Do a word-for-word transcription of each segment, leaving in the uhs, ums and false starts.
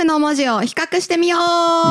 の文字を比較してみよう。イ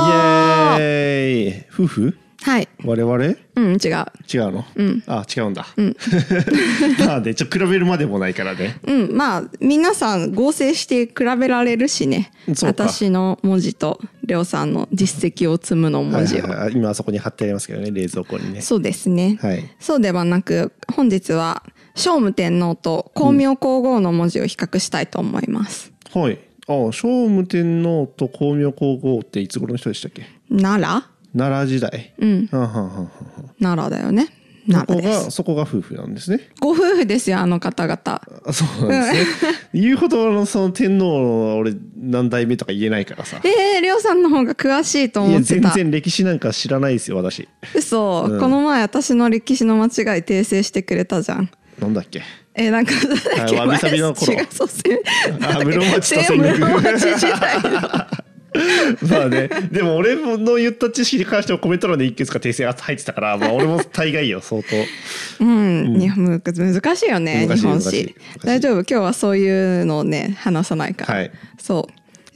エーイ。夫婦？ はい。 我々？ うん、違う。 違うの？うん。あ、違うんだ。 うん。 まあね、ちょっと比べるまでもないからね。 うん、まあ皆さん合成して比べられるしね。私の文字とりょうさんの実績を積むの文字を。 はいはいはい、今あそこに貼ってありますけどね、冷蔵庫にね。 そうですね。 はい。 そうではなく、本日は聖武天皇と光明皇后の文字を比較したいと思います。 うん、はい。あ、聖武天皇と光明皇后っていつ頃の人でしたっけ？ 奈良？ 奈良時代。 うん。 はんはんはんはん。 奈良だよね。奈良です。 そこが、そこが夫婦なんですね。 ご夫婦ですよ、あの方々。 あ、そうなんですね。言うほどのその天皇俺何代目とか言えないからさ。 えー、りょうさんの方が詳しいと思ってた。 いや全然歴史なんか知らないですよ私。 嘘、うん、この前私の歴史の間違い訂正してくれたじゃん。 なんだっけ？ えー、なんかわびさびの頃。 違う、そうせ。 あ、室町と戦国。 室町時代の。 まあね、でも俺の言った知識に関してはコメント欄で一決か訂正が入ってたから、まあ、俺も大概よ相当。 うん、うん、難しいよね日本史。大丈夫、今日はそういうのをね話さないから。はい、そう。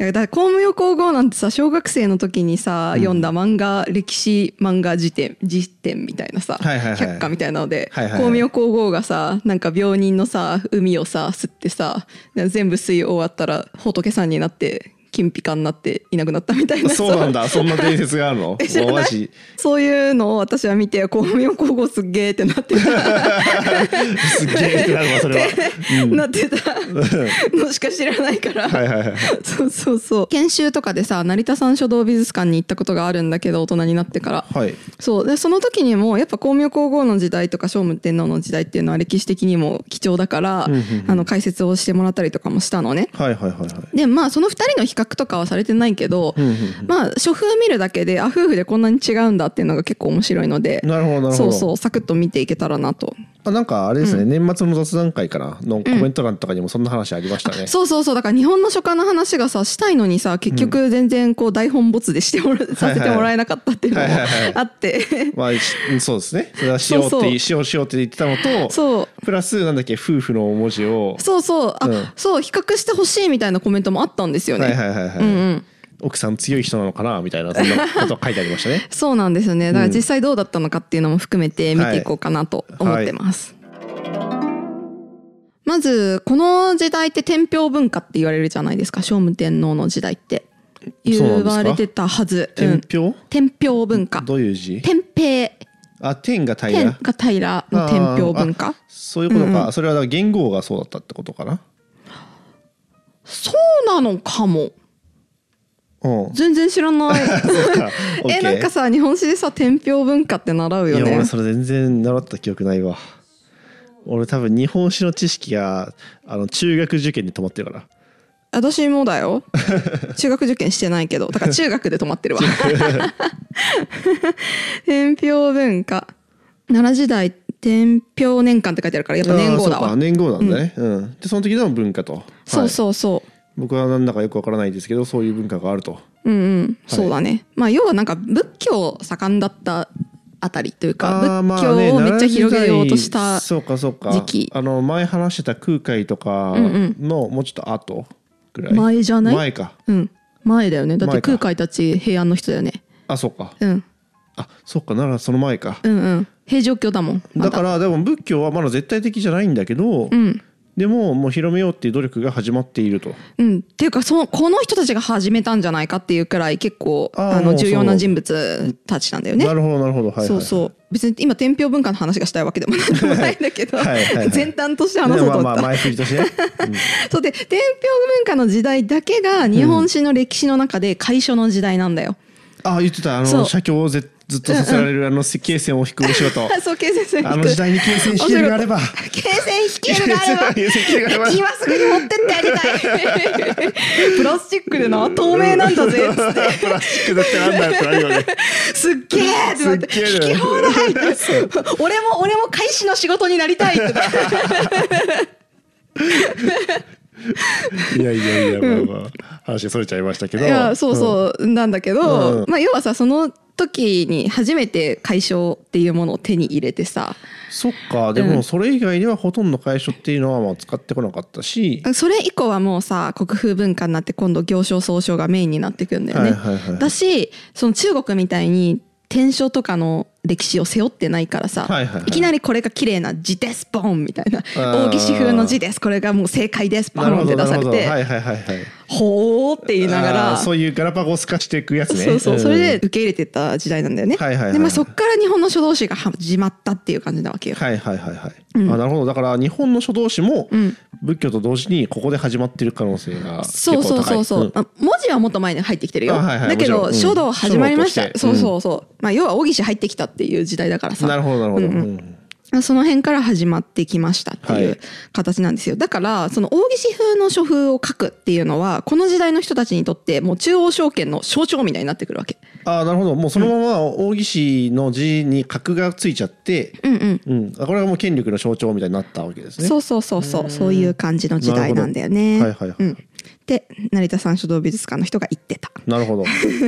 だから光明皇后なんてさ、小学生の時にさ、うん、読んだ漫画、歴史漫画辞典辞典みたいなさ、はいはいはい、百科みたいなので、はいはいはい、光明皇后がさ、なんか病人のさ海をさ吸ってさ、全部吸い終わったら仏さんになって金ピカになっていなくなったみたいな。 そうなんだ、そんな伝説があるの？マジ。そういうのを私は見て、光明皇后すっげーってなってた。 すっげーってなるわそれは、 うん、なってたのしか知らないから。はいはいはい。そうそうそう。研修とかでさ、成田山書道美術館に行ったことがあるんだけど、大人になってから。はい。そうで、その時にもやっぱ光明皇后の時代とか聖武天皇の時代っていうのは歴史的にも貴重だから、うんうんうん、あの解説をしてもらったりとかもしたのね。はいはいはいはい。で、まあそのふたりの比較とかはされてないけど、うんうんうん、まあ書風見るだけで、あ、夫婦でこんなに違うんだっていうのが結構面白いので、なるほどなるほど、そうそう、サクッと見ていけたらなと。 あ、なんかあれですね、うん、年末の雑談会からのコメント欄とかにもそんな話ありましたね、 うん、そうそうそう。だから日本の書家の話がさしたいのにさ、結局全然こう大本没でしてもら、うん、させてもらえなかったっていうのもあってまあそうですね、それはしようってしようしようって言ってたのと、そうプラスなんだっけ、夫婦の文字をそうそうあ、うん、そう比較してほしいみたいなコメントもあったんですよね。はいはいはいはい、うんうん、 奥さん強い人なのかなみたいな、そんなこと書いてありましたね。 そうなんですよね。だから実際どうだったのかっていうのも含めて見ていこうかなと思ってます、はいはい、まずこの時代って天平文化って言われるじゃないですか。聖武天皇の時代って言われてたはず。 天平、うん、 天平文化。 どういう字？ 天平。 あ、天が平ら。 天が平らの天平文化。 そういうことか、うんうん、それはだから元号がそうだったってことかな。 そうなのかも。全然知らないえ、なんかさ、日本史でさ、天平文化って習うよね。 いや俺それ全然習った記憶ないわ。俺多分日本史の知識があの中学受験で止まってるから。 私もだよ。中学受験してないけど、だから中学で止まってるわ天平文化、奈良時代天平年間って書いてあるから、やっぱ年号だわ。 あ、年号なんだね、うんうん、でその時の文化と。 そうそうそう、はい、 僕はなんだかよくわからないですけど、そういう文化があると。 うんうん、はい、そうだね。まあ要はなんか仏教盛んだったあたりというか、仏教をめっちゃ広げようとした時期。 そうかそうか。あの前話してた空海とかのもうちょっと後ぐらい。 前じゃない？ 前か。 うん、前だよね。だって空海たち平安の人だよね。 あ、そうか。 うん。 あ、そうか、ならその前か。 うんうん。平城京だもん。 だからでも仏教はまだ絶対的じゃないんだけど。うん。でももう広めようっていう努力が始まっていると。 うん、っていうかそのこの人たちが始めたんじゃないかっていうくらい結構ああの重要な人物たちなんだよね。 なるほどなるほど、はいはいはい、そうそう。 別に今天平文化の話がしたいわけでもないんだけどはいはい、はい、前端として話そうと思った。まあまあ前振りとしてね、うん、そうで天平文化の時代だけが日本史の歴史の中で楷書の時代なんだよ、 うん、ああ言ってた、あの写経をぜずっとさせられる、うんうん、あの罫線を引くお仕事そう罫線を引く、 あの時代に罫線引けるがあれば罫線引けるがあれば今すぐに持ってってあげたいプラスチックでな、透明なんだぜっつってプラスチックだってなんだよってなるよねすっげーってなって引き放題俺も俺も返しの仕事になりたいっていやいやいや、まあまあ話それちゃいましたけど、いやそうそう、うん、なんだけど、うん、まあ要はさ、その時に初めて楷書っていうものを手に入れてさ。 そっか。でもそれ以外ではほとんど楷書っていうのはまあ使ってこなかったし、 それ以降はもうさ国風文化になって今度行書草書がメインになってくるんだよね、はいはいはい、だしその中国みたいに篆書とかの歴史を背負ってないからさ、はいはいはい、いきなりこれが綺麗な字ですボンみたいな大義士風の字ですこれがもう正解ですボンって出されて、はいはいはいはい、ほーって言いながらそういうガラパゴス化していくやつね。 そうそう、うん、それで受け入れてた時代なんだよね、はいはいはい、でまあそっから日本の書道史が始まったっていう感じなわけよ。 はいはいはいはい、うん、あなるほど。だから日本の書道史も仏教と同時にここで始まってる可能性が結構高い。そうそうそうそう、うん、文字はもっと前に入ってきてるよ、はいはい、だけど、うん、書道始まりました、そうそうそう、まあ、要は大義士入ってきたっていう時代だからさ。 なるほどなるほど、うんうん、その辺から始まってきましたっていう形なんですよ。だからその大義士風の書風を書くっていうのはこの時代の人たちにとってもう中央集権の象徴みたいになってくるわけ。 ああなるほど。もうそのまま大義士の字に格がついちゃって、うんうんうん、これがもう権力の象徴みたいになったわけですね。 そうそうそうそう、そういう感じの時代なんだよね。はいはいはい、うん、で成田山書道美術館の人が言ってた。 なるほど。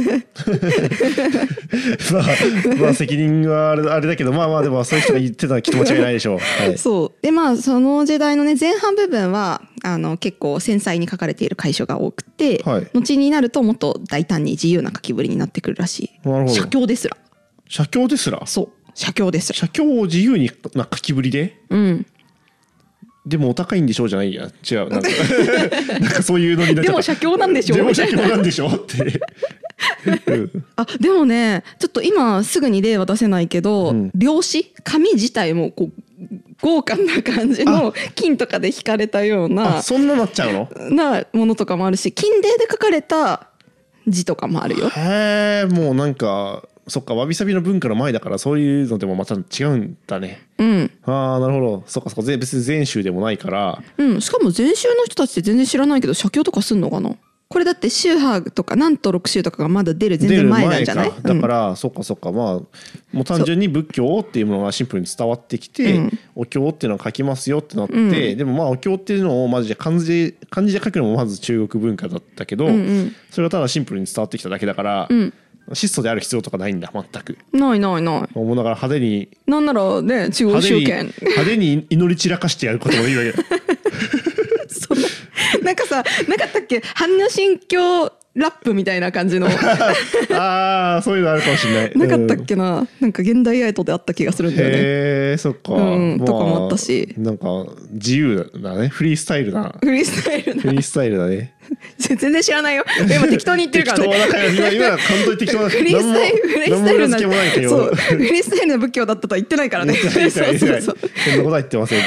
まあ、まあ責任はあれ、あれだけどまあまあでもそういう人が言ってたら気持ちがないでしょう。はい、そうでまあその時代のね前半部分はあの結構繊細に書かれている楷書が多くて、はい、後になるともっと大胆に自由な書きぶりになってくるらしい。なるほど。写経ですら。 写経ですら。 そう写経ですら。 写経を自由にな書きぶりで。 うん。 でもお高いんでしょうじゃないや違うなんかなんかそういうのになっちゃった。 でも写経なんでしょう。 でも写経なんでしょうって。うん、 あでもねちょっと今すぐに例は出せないけど、うん、料紙紙自体もこう豪華な感じの金とかで引かれたようなそんななっちゃうのなものとかもあるし金泥で書かれた字とかもあるよ。 へえもうなんかそっかわびさびの文化の前だからそういうのでもまた違うんだね。うん。ああなるほど。そっかそっか別に禅宗でもないから。 うん。しかも禅宗の人たちって全然知らないけど写経とかすんのかな。これだって宗派とかなんと六宗とかがまだ出る全然前なんじゃない？ かだから、うん、そっかそっかまあもう単純に仏教っていうものがシンプルに伝わってきて、うん、お経っていうのを書きますよってなって、うん、でもまあお経っていうのをマジで漢字で漢字で書くのもまず中国文化だったけど、うんうん、それがただシンプルに伝わってきただけだから、うん、質素である必要とかないんだ全く。 ないないない。 もうだから派手になんならね中央集権派手に祈り散らかしてやることもいいわけだ。 そのなんかさなかったっけ般若心経ラップみたいな感じのああそういうのあるかもしれない。 なかったっけな、うん、なんか現代アートであった気がするんだよね。 へえそっか、 うんまあ、とかもあったしなんか自由だねフリースタイルなフリースタイルなフリースタイルだね。 全然知らないよ。今適当に言ってるからね。 適当だから今今完全に適当だ。 フリースタイルフリースタイルなそうフリースタイルな仏教だったとは言ってないからね。そうそうそうそんなことは言ってません。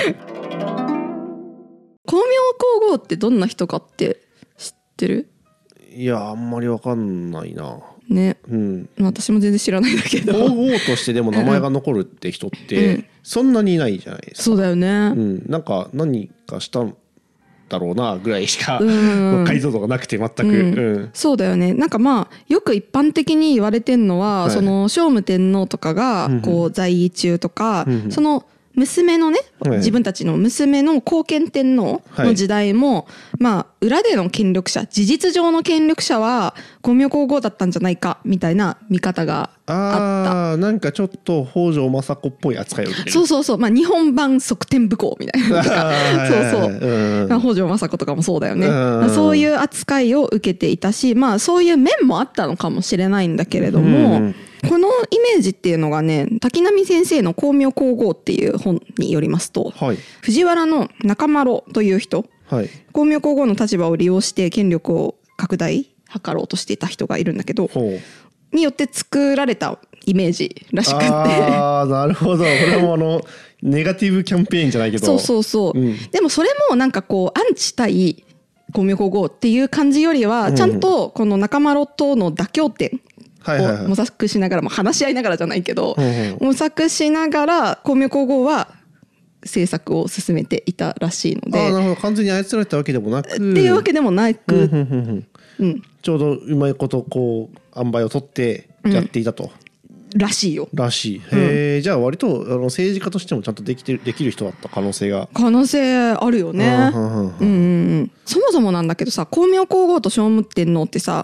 光明皇后ってどんな人かって知ってる？ いやあんまりわかんないな。 ね、うん、私も全然知らないんだけど皇后としてでも名前が残るって人ってそんなにいないじゃないですか。 そうだよね、うん、なんか何かしたんだろうなぐらいしか、うん、解像度がなくて全く、うんうん、そうだよね。なんかまあよく一般的に言われてんのは、はい、その聖武天皇とかがこう在位中とか、うんうん、その娘のね、はい、自分たちの娘の後見天皇の時代も、はい、まあ裏での権力者事実上の権力者は光明皇后だったんじゃないかみたいな見方があった。 あなんかちょっと北条政子っぽい扱いを受けてる。 そうそうそう、まあ、日本版側天武功みたいなそうそう、うん、北条政子とかもそうだよね、うん、そういう扱いを受けていたし、まあそういう面もあったのかもしれないんだけれども、うんこのイメージっていうのがね滝波先生の光明皇后っていう本によりますと、はい、藤原の中丸という人、はい、光明皇后の立場を利用して権力を拡大図ろうとしていた人がいるんだけどによって作られたイメージらしくってああなるほどこれもあのネガティブキャンペーンじゃないけどそうそうそう、うん、でもそれもなんかこうアンチ対光明皇后っていう感じよりはちゃんとこの中丸との妥協点を模索しながらも話し合いながらじゃないけど、模索しながら光明皇后は政策を進めていたらしいので、 あなるほど完全に操られたわけでもなくっていうわけでもなく、 うん、ちょうどうまいことこう塩梅を取ってやっていたと、 うん、らしいよらしい。へえ、うん、じゃあ割とあの政治家としてもちゃんとできてできる人だった可能性が可能性あるよね。うんうんうん、そもそもなんだけどさ光明皇后と聖武天皇ってさ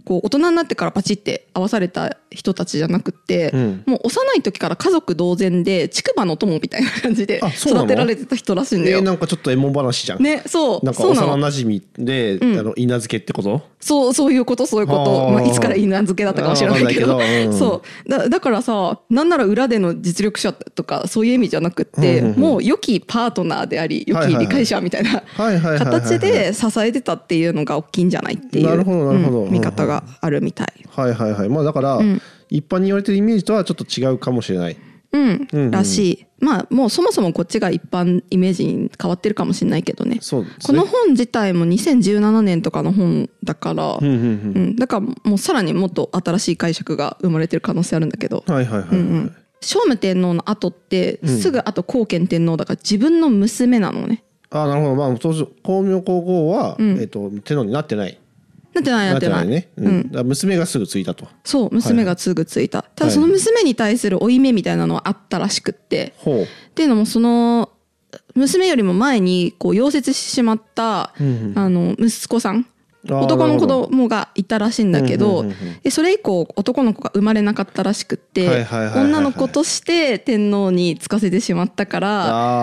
こう大人になってからパチって合わされた人たちじゃなくて、うん、もう幼い時から家族同然で竹馬の友みたいな感じで育てられてた人らしいんだよ。 えー、なんかちょっとエモ話じゃん。 ね、そうなんか幼馴染で、うん、あの稲漬けってこと？ そうそういうことそういうこと。まあ、いつから稲漬けだったかは知らないけど、うん、そうだだからさ、なんなら裏での実力者とかそういう意味じゃなくって、うんうんうん、もう良きパートナーであり良き理解者みたいな形で支えてたっていうのが大きいんじゃないっていう、なるほどなるほど、うん、見方があるみたい。 はいはいはい。まあだから、うん、一般に言われてるイメージとはちょっと違うかもしれない。 うん、うんうん、らしい。まあもうそもそもこっちが一般イメージに変わってるかもしれないけどね。 そうですね。 この本自体もにせんじゅうななねんとかの本だから、うんうんうんうん、だからもうさらにもっと新しい解釈が生まれてる可能性あるんだけど。 はいはいはい、はい、うんうん。 聖武天皇の後ってすぐ後光顕天皇だから自分の娘なのね。 うん、ああなるほど。まあ当時光明皇后は、うん、えーと、天皇になってない。 なってないなってないね、うん、だ娘がすぐついたと。 そう娘がすぐついた、はい、ただその娘に対する負い目みたいなのはあったらしくって、はい、っていうのもその娘よりも前にこう溶接してしまった、うんうん、あの息子さん男の子供がいたらしいんだけど、でそれ以降男の子が生まれなかったらしくって、女の子として天皇に就かせてしまったから、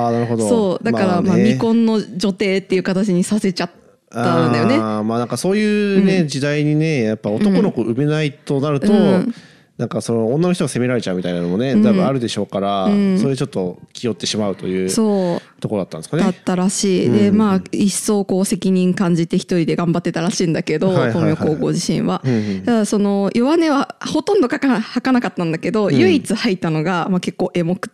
あーなるほど。 そうだからまあ未婚の女帝っていう形にさせちゃったんだよね。 あまあなんかそういうね、うん、時代にねやっぱ男の子産めないとなると、うん、なんかその女の人が責められちゃうみたいなのもね、うん、多分あるでしょうから、うん、それちょっと気負ってしまうというところだったんですかね。 だったらしい、うん、でまあ一層こう責任感じて一人で頑張ってたらしいんだけど、光明皇后自身は、うんうん、だからその弱音はほとんど書か吐かなかったんだけど、うん、唯一吐いたのが、まあ、結構エモくって、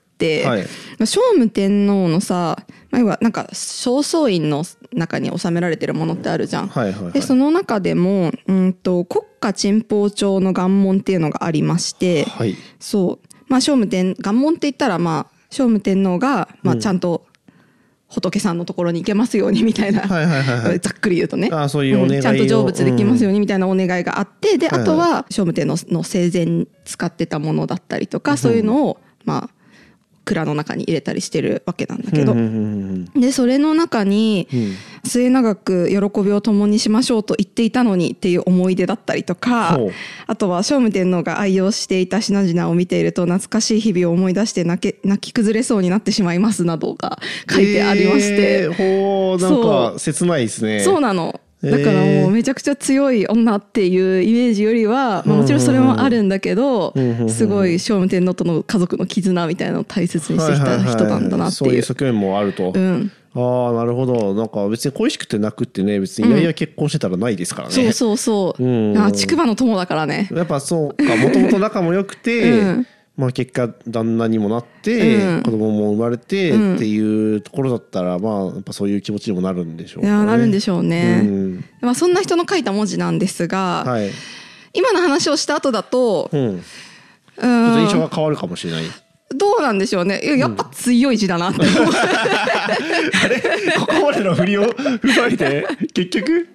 はい、聖武天皇のさ、まあ、要はなんか正倉院の中に収められてるものってあるじゃん、はいはいはい、でその中でも、うんと、国家珍宝帳の願文っていうのがありまして、はい、そうまあ聖武天願文って言ったら、まあ、聖武天皇が、まあ、ちゃんと仏さんのところに行けますようにみたいな、はいはいはいはい、ざっくり言うとね、あそういうお願いを、うん、ちゃんと成仏できますようにみたいなお願いがあって、であとは聖武天皇の生前に使ってたものだったりとか、うん、そういうのをまあ蔵の中に入れたりしてるわけなんだけど、うんうんうんうん、でそれの中に、うん、末永く喜びを共にしましょうと言っていたのにっていう思い出だったりとか、あとは聖武天皇が愛用していた品々を見ていると懐かしい日々を思い出して泣け泣き崩れそうになってしまいますなどが書いてありまして、 えー、ほーなんか切ないですね。 そうなの。だからもうめちゃくちゃ強い女っていうイメージよりは、まあ、もちろんそれもあるんだけど、すごい聖武天皇との家族の絆みたいなのを大切にしてきた人なんだなっていう、 そういう側面もあると、うん、ああなるほど。なんか別に恋しくて泣くってね、別にいやいや結婚してたらないですからね、 うん、そうそうそう、うん、あ竹馬の友だからね。 やっぱそうか、もともと仲も良くて、うんまあ、結果旦那にもなって、うん、子供も生まれて、うん、っていうところだったら、まあやっぱそういう気持ちにもなるんでしょうね。いやなるんでしょうね、うん、まあ、そんな人の書いた文字なんですが、はい、今の話をした後だと、うん、うんちょっと印象が変わるかもしれない。 どうなんでしょうね。やっぱ強い字だなって、うん、 あれここまでの振りを踏まえて結局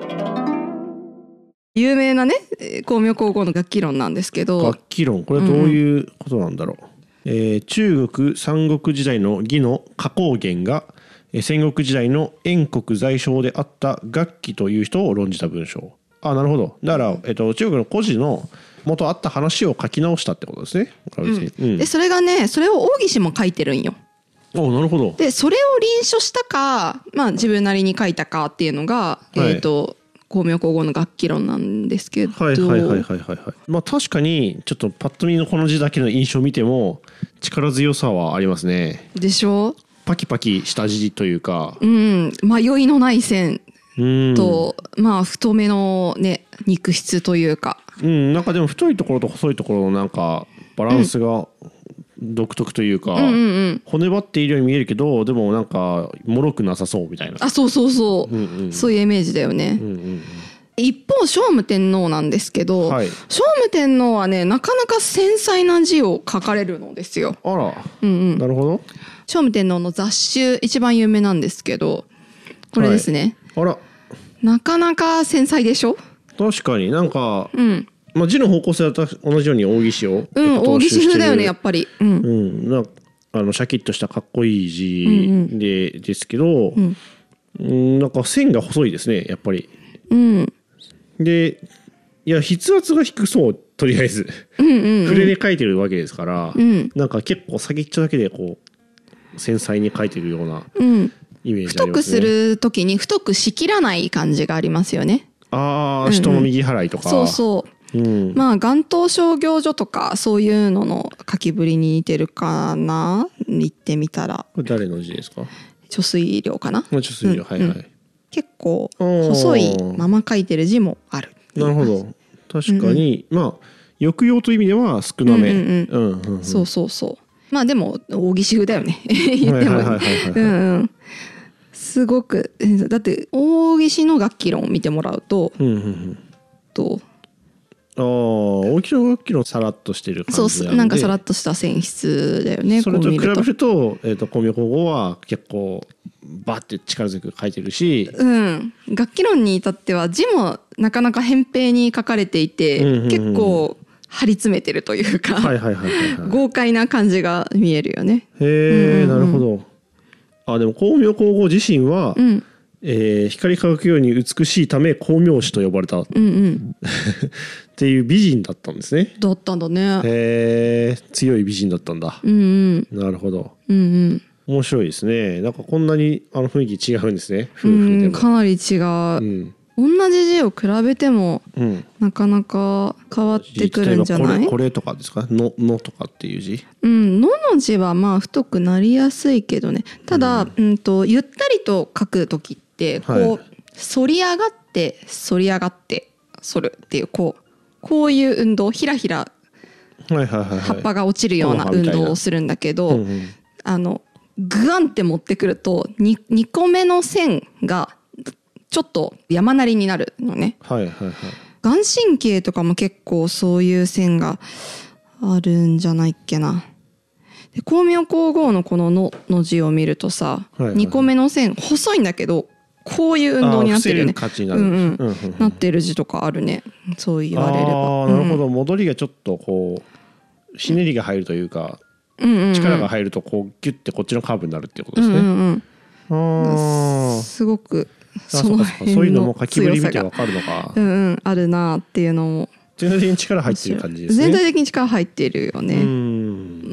有名なね光明皇后の楽器論なんですけど、 楽器論これはどういうことなんだろう、うんえー、中国三国時代の魏の花崗元が戦国時代の燕国在将であった楽器という人を論じた文章。あなるほど。だから、えー、と中国の故事の元あった話を書き直したってことですね、 うんうん、でそれがねそれを王羲之も書いてるんよ。 おなるほど。 でそれを臨書したか、まあ、自分なりに書いたかっていうのが、はい、えっ、ー、と光明皇后の楽器論なんですけど、 はいはいはいはいはいはい。まあ確かにちょっとパッと見のこの字だけの印象を見ても力強さはありますね。 でしょ。 パキパキした字というか、 うん、迷いのない線と、うん、まあ太めのね肉質というか、 うん、なんかでも太いところと細いところのなんかバランスが独特というか、うんうんうん、骨張っているように見えるけどでもなんか脆くなさそうみたいな。 あそうそうそう、うんうん、そういうイメージだよね、うんうんうん、一方聖武天皇なんですけど、はい、聖武天皇はねなかなか繊細な字を書かれるのですよ。 あら、うんうん、なるほど。 聖武天皇の雑集一番有名なんですけどこれですね、 はい、あらなかなか繊細でしょ。 確かになんか、うんまあ、字の方向性は同じように大岸を、 うん、大岸風だよねやっぱり、うんうん、 なんかあのシャキッとしたかっこいい字で、うんうん、ですけど、うんうん、なんか線が細いですねやっぱり、うん、でいや筆圧が低そうとりあえず、うんうんうん、筆で書いてるわけですから、うん、なんか結構先っちょだけでこう繊細に書いてるようなイメージありますね、 太くする時に太くしきらない感じがありますよね。 ああ、人の右払いとか、 そうそう、うん、まあ岩東商業所とかそういうのの書きぶりに似てるかな、言ってみたら。 これ誰の字ですか？ 貯水量かな。 貯水量、うん、はいはい、うん、 結構細いまま書いてる字もある。 なるほど、確かに、うんうん、まあ抑揚という意味では少なめ、うんうんうん、 そうそうそう、まあでも大岸風だよね言ってもすごく、だって大岸の楽器論を見てもらうと、うんうんうん、とああ、大きな楽器のさらっとしてる感じなんで、 そう、なんかさらっとした線質だよね。 それと比べると、えっと、光明皇后は結構バッて力強く書いてるし、 うん、楽器論に至っては字もなかなか扁平に書かれていて、うんうんうん、結構張り詰めてるというか、はいはいはいはいはい、豪快な感じが見えるよね。 へえ、うんうんうん、なるほど。あ、でも光明皇后自身は、うん、えー、光り輝くように美しいため光明師と呼ばれた、うんうん、っていう美人だったんですね。 だったんだね。 へえ、強い美人だったんだ。うんうん、なるほど。うんうん、面白いですね。なんかこんなにあの雰囲気違うんですね。夫婦でも、 うん、かなり違う。うん同じ字を比べても、うん、なかなか変わってくるんじゃない？ これ、これとかですか？の、のとかっていう字？ うん、のの字はまあ太くなりやすいけどね。ただ、うん、うんとゆったりと書くときってこう、はい、反り上がって反り上がって反るっていうこうこういう運動、ひらひら葉っぱが落ちるような運動をするんだけど、うんうん、あのグワンって持ってくると 2, 2個目の線がちょっと山なりになるのね。はいはいはい。眼神経とかも結構そういう線があるんじゃないっけな。で光明皇后のこののの字を見るとさ、はいはいはい、にこめの線細いんだけどこういう運動になってるよね。な、うんうんうんうん、なってる字とかあるね。そう言われれば。 あ、なるほど、戻りがちょっとこうひねりが入るというか、うんうんうん、力が入るとこうギュッてこっちのカーブになるっていうことですね。うんうんうん、あ、すごく。 その辺のそういうのも書きぶり見てわかるのか。 うんうん、あるなっていうのも全体的に力入ってる感じですね。 全体的に力入ってるよね。うん、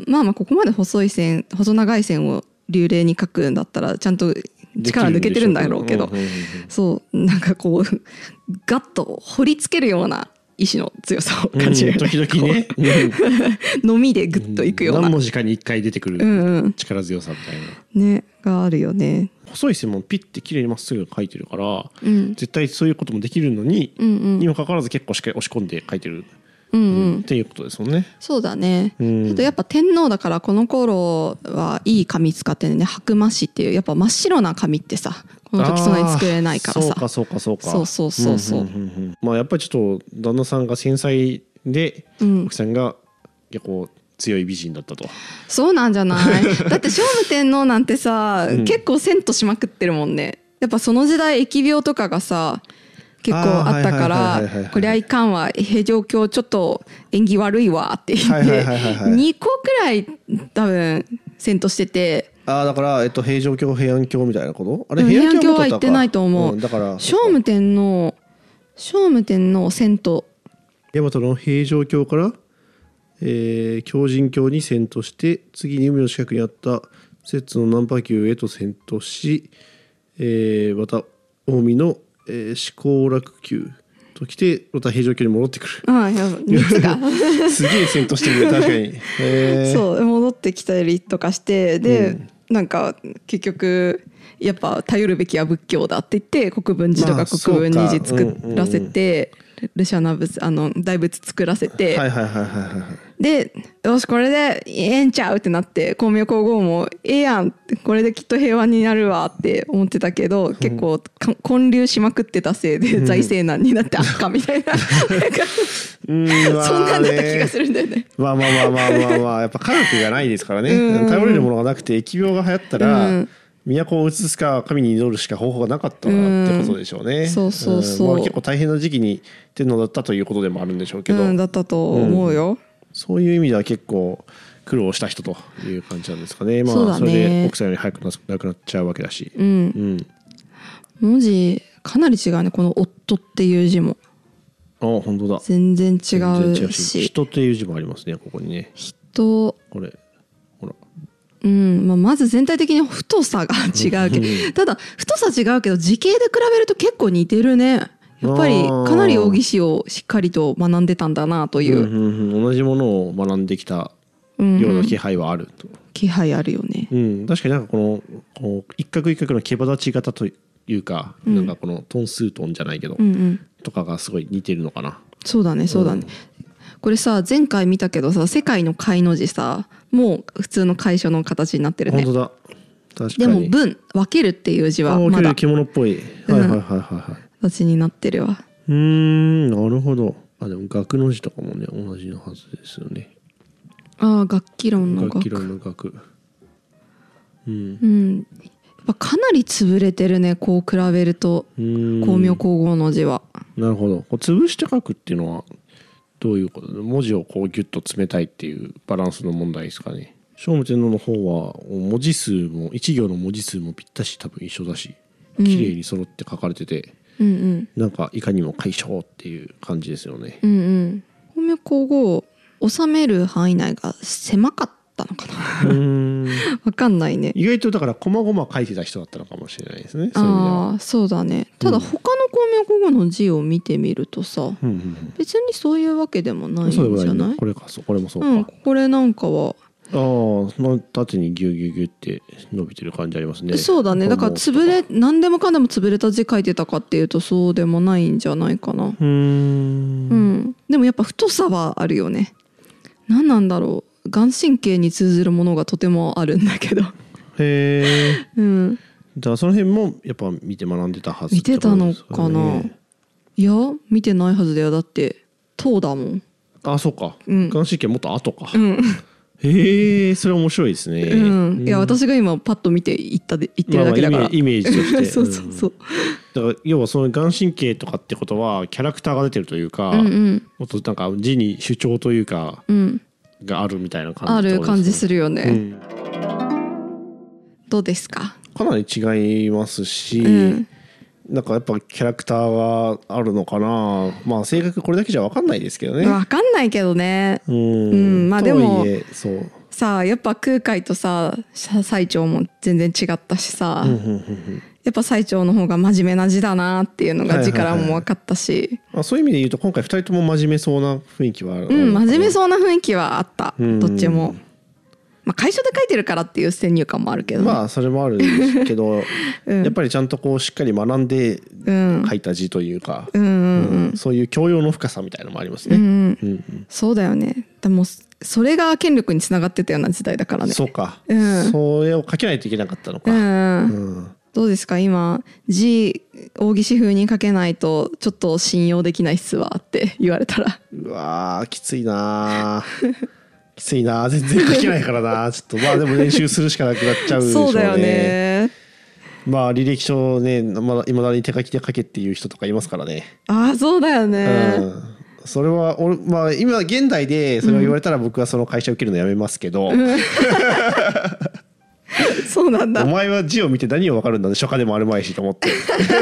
まあまあここまで細い線細長い線を流麗に書くんだったらちゃんと力抜けてるんだろうけど、うんうんうんうん、そうなんかこうガッと掘りつけるような意志の強さを感じる、 うん、時々ねのみでグッといくような、 何文字かにいっかい出てくる力強さみたいな、 うんうん、ねがあるよね。 細い線もピッて綺麗にまっすぐ書いてるから、うん、絶対そういうこともできるのに、うんうん、にもかかわらず結構しっかり押し込んで書いてる、うんうんうん、っていうことですもんね。 そうだね、うん、あとやっぱ天皇だからこの頃はいい紙使ってね、白麻紙っていうやっぱ真っ白な紙ってさこの時そんなに作れないからさ。 そうかそうかそうか。 そうそうそうそう、うんうんうんうん、まあやっぱりちょっと旦那さんが繊細で、うん、奥さんが結構強い美人だったと。 そうなんじゃない？だって聖武天皇なんてさ、うん、結構遷都しまくってるもんね。やっぱその時代疫病とかがさ結構あったからこりゃいかんわ平城京ちょっと縁起悪いわって言ってにこくらい多分遷都してて。 あだから、えっと、平城京平安京みたいなこと？あれ平安京は行ってないと思う、うん、だから聖武天皇聖武天皇遷都大和の平城京からえー、京神京に遷都して次に海の近くにあった摂津の難波宮へと遷都し、えー、また近江の、えー、四行楽宮と来てまた平城京に戻ってくる。 ああやばみっつがすげえ遷都してるね確かに、 えー、そう戻ってきたりとかしてで、うん、なんか結局やっぱ頼るべきは仏教だって言って国分寺とか国分二寺作らせて、まあルシャナ仏あの大仏作らせて、はいはいはいはいはい、でよしこれでええんちゃうってなって光明皇后もええやんこれできっと平和になるわって思ってたけど、うん、結構建立しまくってたせいで財政難になってあっかみたいな、うん、なんかそんなんだった気がするんだよね。 まあまあまあまあまあまあやっぱ科学がないですからね、うん、頼れるものがなくて疫病が流行ったら、うん都を移すか神に祈るしか方法がなかったってことでしょうね。うん、そうそうそう、うんまあ、結構大変な時期に天皇だったということでもあるんでしょうけど、 うん、だったと思うよ、うん、 そういう意味では結構苦労した人という感じなんですかね。まあそ、ね、それで奥さんより早く亡くなっちゃうわけだし、うんうん、 文字かなり違うねこの夫っていう字も。 あ本当だ。 全然違うし。全然違うし。 人っていう字もありますねここにね。 人。 これほら。 うんまあ、まず全体的に太さが違うけどただ太さ違うけど字形で比べると結構似てるね。やっぱりかなり大岸をしっかりと学んでたんだなという、うんうんうん、同じものを学んできたような気配はあると、うんうん、 気配あるよね、 うん、確かになんかこの、こう一角一角の毛羽立ち型というか、うん、なんかこのトンスートンじゃないけど、うんうん、とかがすごい似てるのかな。 そうだねそうだね、うん、これさ前回見たけどさ世界の解の字さもう普通の楷書の形になってるね。 本当だ確かに。 でも文分けるっていう字はまだ着物っぽい、はいはいはいはいはい形になってるわ。 うーんなるほど。あでも学の字とかもね同じのはずですよね。 ああ楽器論の学。 楽器論の学。うん、 うん、やっぱかなり潰れてるねこう比べると光明皇后の字は。なるほど。こう潰して書くっていうのはどういうことで文字をこうギュッと詰めたいっていうバランスの問題ですかね。聖武天皇の方は文字数も一行の文字数もぴったし多分一緒だし綺麗に揃って書かれてて、うんうん、なんかいかにも楷書っていう感じですよね。 うんうん、光明皇后収める範囲内が狭かったのかなうーんわかんないね。 意外とだから細々書いてた人だったのかもしれないですね。 そういう意味では。ああそうだね。ただ他の光明皇后の字を見てみるとさ、うんうんうん、別にそういうわけでもないんじゃない？そうないね、 これかそうこれもそうか、 うん、これなんかはああ縦にギュギュギュって伸びてる感じありますね。 そうだね。だから潰れ何でもかんでも潰れた字書いてたかっていうとそうでもないんじゃないかな。うーん、うん、でもやっぱ太さはあるよね。何なんだろう眼神経に通ずるものがとてもあるんだけどへえ、うん、じゃあその辺もやっぱ見て学んでたはず、 ね、見てたのかな。いや見てないはずだよ。だって唐だもん。 あそうか、うん、眼神経もっと後か、うんへえそれ面白いですね、うん、 いや私が今パッと見て言ったで言ってるだけだから、まあ、 イメージとしてそうそうそう、 うん、だから要はその眼神経とかってことはキャラクターが出てるというか、うんうん、もっとなんか字に主張というか、うん、があるみたいな感じ、ね、ある感じするよね、うん、どうですか。 かなり違いますし、うんなんかやっぱキャラクターがあるのかな。まあ性格これだけじゃ分かんないですけどね。 分かんないけどね。うん、うん、まあでもそうさあやっぱ空海とさ最澄も全然違ったしさ、うんうんうんうん、やっぱ最澄の方が真面目な字だなっていうのが字からも分かったし、はいはいはい、 まあ、そういう意味で言うと今回ふたりとも真面目そうな雰囲気はある。 うん真面目そうな雰囲気はあった、うん、どっちも。まあ、楷書で書いてるからっていう先入観もあるけど、ね、 まあそれもあるんですけど、うん、やっぱりちゃんとこうしっかり学んで書いた字というか、うんうんうん、そういう教養の深さみたいなのもありますね、うんうんうん、そうだよね。でもそれが権力につながってたような時代だからね。 そうか、うん、それを書けないといけなかったのか、うんうん、どうですか今字大岸風に書けないとちょっと信用できないっすわって言われたらうわーきついなきついな全然書けないからなちょっとまあでも練習するしかなくなっちゃうでしょうね。そうだよね。まあ履歴書ねまだ未だに手書きで書けっていう人とかいますからね。 ああそうだよね、 うん、それは俺、まあ、今現代でそれを言われたら僕はその会社受けるのやめますけど、うん、そうなんだ。お前は字を見て何を分かるんだね書家でもあるまいしと思って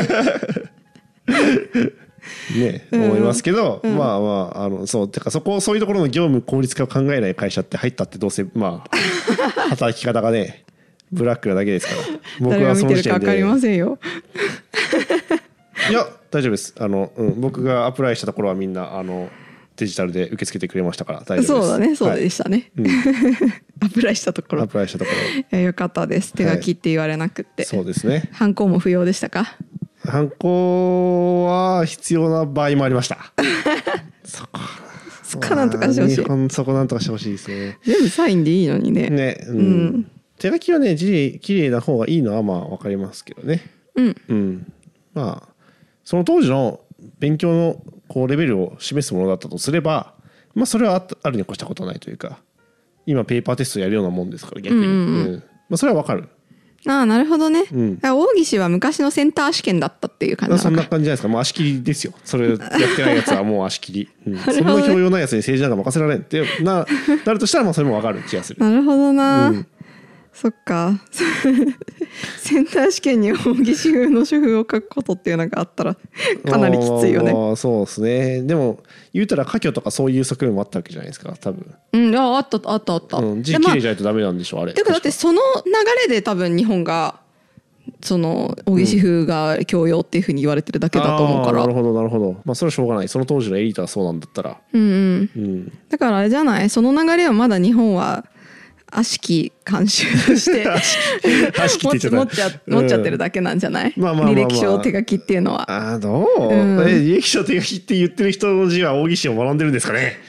ね、うん、思いますけど、うん、まあまああのそうてかそこそういうところの業務効率化を考えない会社って入ったってどうせまあ働き方がねブラックなだけですから僕はその時点で誰が見てるか分かりませんよいや大丈夫です。あの、うん、僕がアプライしたところはみんなあのデジタルで受け付けてくれましたから大丈夫です。 そうだねそうでしたね、はいうん、アプライしたところアプライしたところよかったです。手書きって言われなくって、 はい、そうですね。 ハンコも不要でしたか。 ハンコは必要な場合もありましたそこそこなんとかしてほしい。 日本そこなんとかしてほしいですね。 全部サインでいいのにね。 ね、うんうん、手書きはね字綺麗な方がいいのはまあ分かりますけどね。うん、うん、まあその当時の勉強のこうレベルを示すものだったとすれば、まあそれはあるに越したことはないというか、今ペーパーテストやるようなもんですから逆に、うんうんうんまあ、それは分かる。 ああなるほどね、うん、大岸は昔のセンター試験だったっていう感じ。 そんな感じじゃないですか。もう足切りですよ。それやってないやつはもう足切り、うん、その教養ないやつに政治なんか任せられんってななるとしたらまあそれも分かる気がする。 なるほどな、うん、 そっかセンター試験に大岸風の書風を書くことっていうのがあったらかなりきついよね。 まあ、そうですね。でも言うたら科挙とかそういう側面もあったわけじゃないですか多分。 うん、ああったあったあった、 うん、字綺麗じゃないとダメなんでしょ、まあ、あれ。 てかだってその流れで多分日本がその大岸風が教養っていうふうに言われてるだけだと思うから、 うん、なるほどなるほど。まあそれはしょうがない。その当時のエリートはそうなんだったら、 うんうんうん、だからあれじゃない、その流れをまだ日本は悪しき慣習として持っちゃ持っちゃってるだけなんじゃない、うん、まあまあまあまあ、履歴書手書きっていうのは。 あどう、うん、え履歴書手書きって言ってる人の字は大岸を学んでるんですかね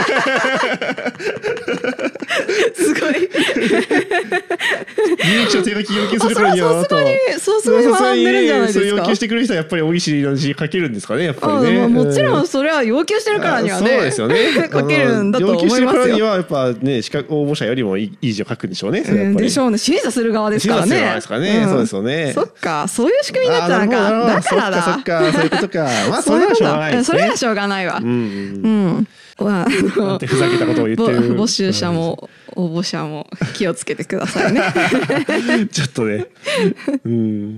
すごい履歴書手書き要求するからにはさすがにさすがに学んでるんじゃないですか。 それ要求してくれる人はやっぱり大岸の字書けるんですかね、やっぱりね。 あもちろんそれは要求してるからにはね、 そうですよね書けるんだと思いますよ。 要求してるからにはやっぱね資格応募者よりもいい字を書くんでしょうね。それやっぱりでしょうね、審査する側ですからね。 審査する側ですからね、うん、そうですよね。 そっか、そういう仕組みになったのか。だからだ。 そっかそっか、そういうことか。まあそれはしょうがないですね。 それはしょうがないわ。うん、うんまあ、なんてふざけたことを言ってる募集者も応募者も気をつけてくださいねちょっとね、うん、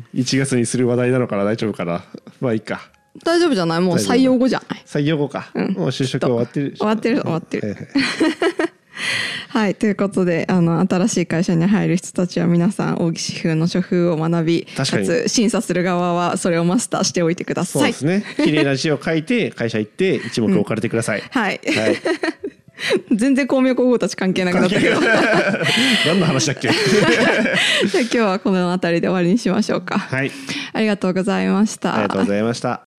いちがつにする話題なのかな、大丈夫かな。まあいいか。 大丈夫じゃない、もう採用後じゃない。 採用後か、うん、もう就職終わってる終わってる終わってるはい、ということであの新しい会社に入る人たちは皆さん大岸風の書風を学び、かつ審査する側はそれをマスターしておいてください。 そうですね、綺麗な字を書いて会社行って一目置かれてください、うん、 はい、はい全然光明皇后たち関係なくなったけど何の話だっけじゃあ今日はこの辺りで終わりにしましょうか。 はい、 ありがとうございました。 ありがとうございました。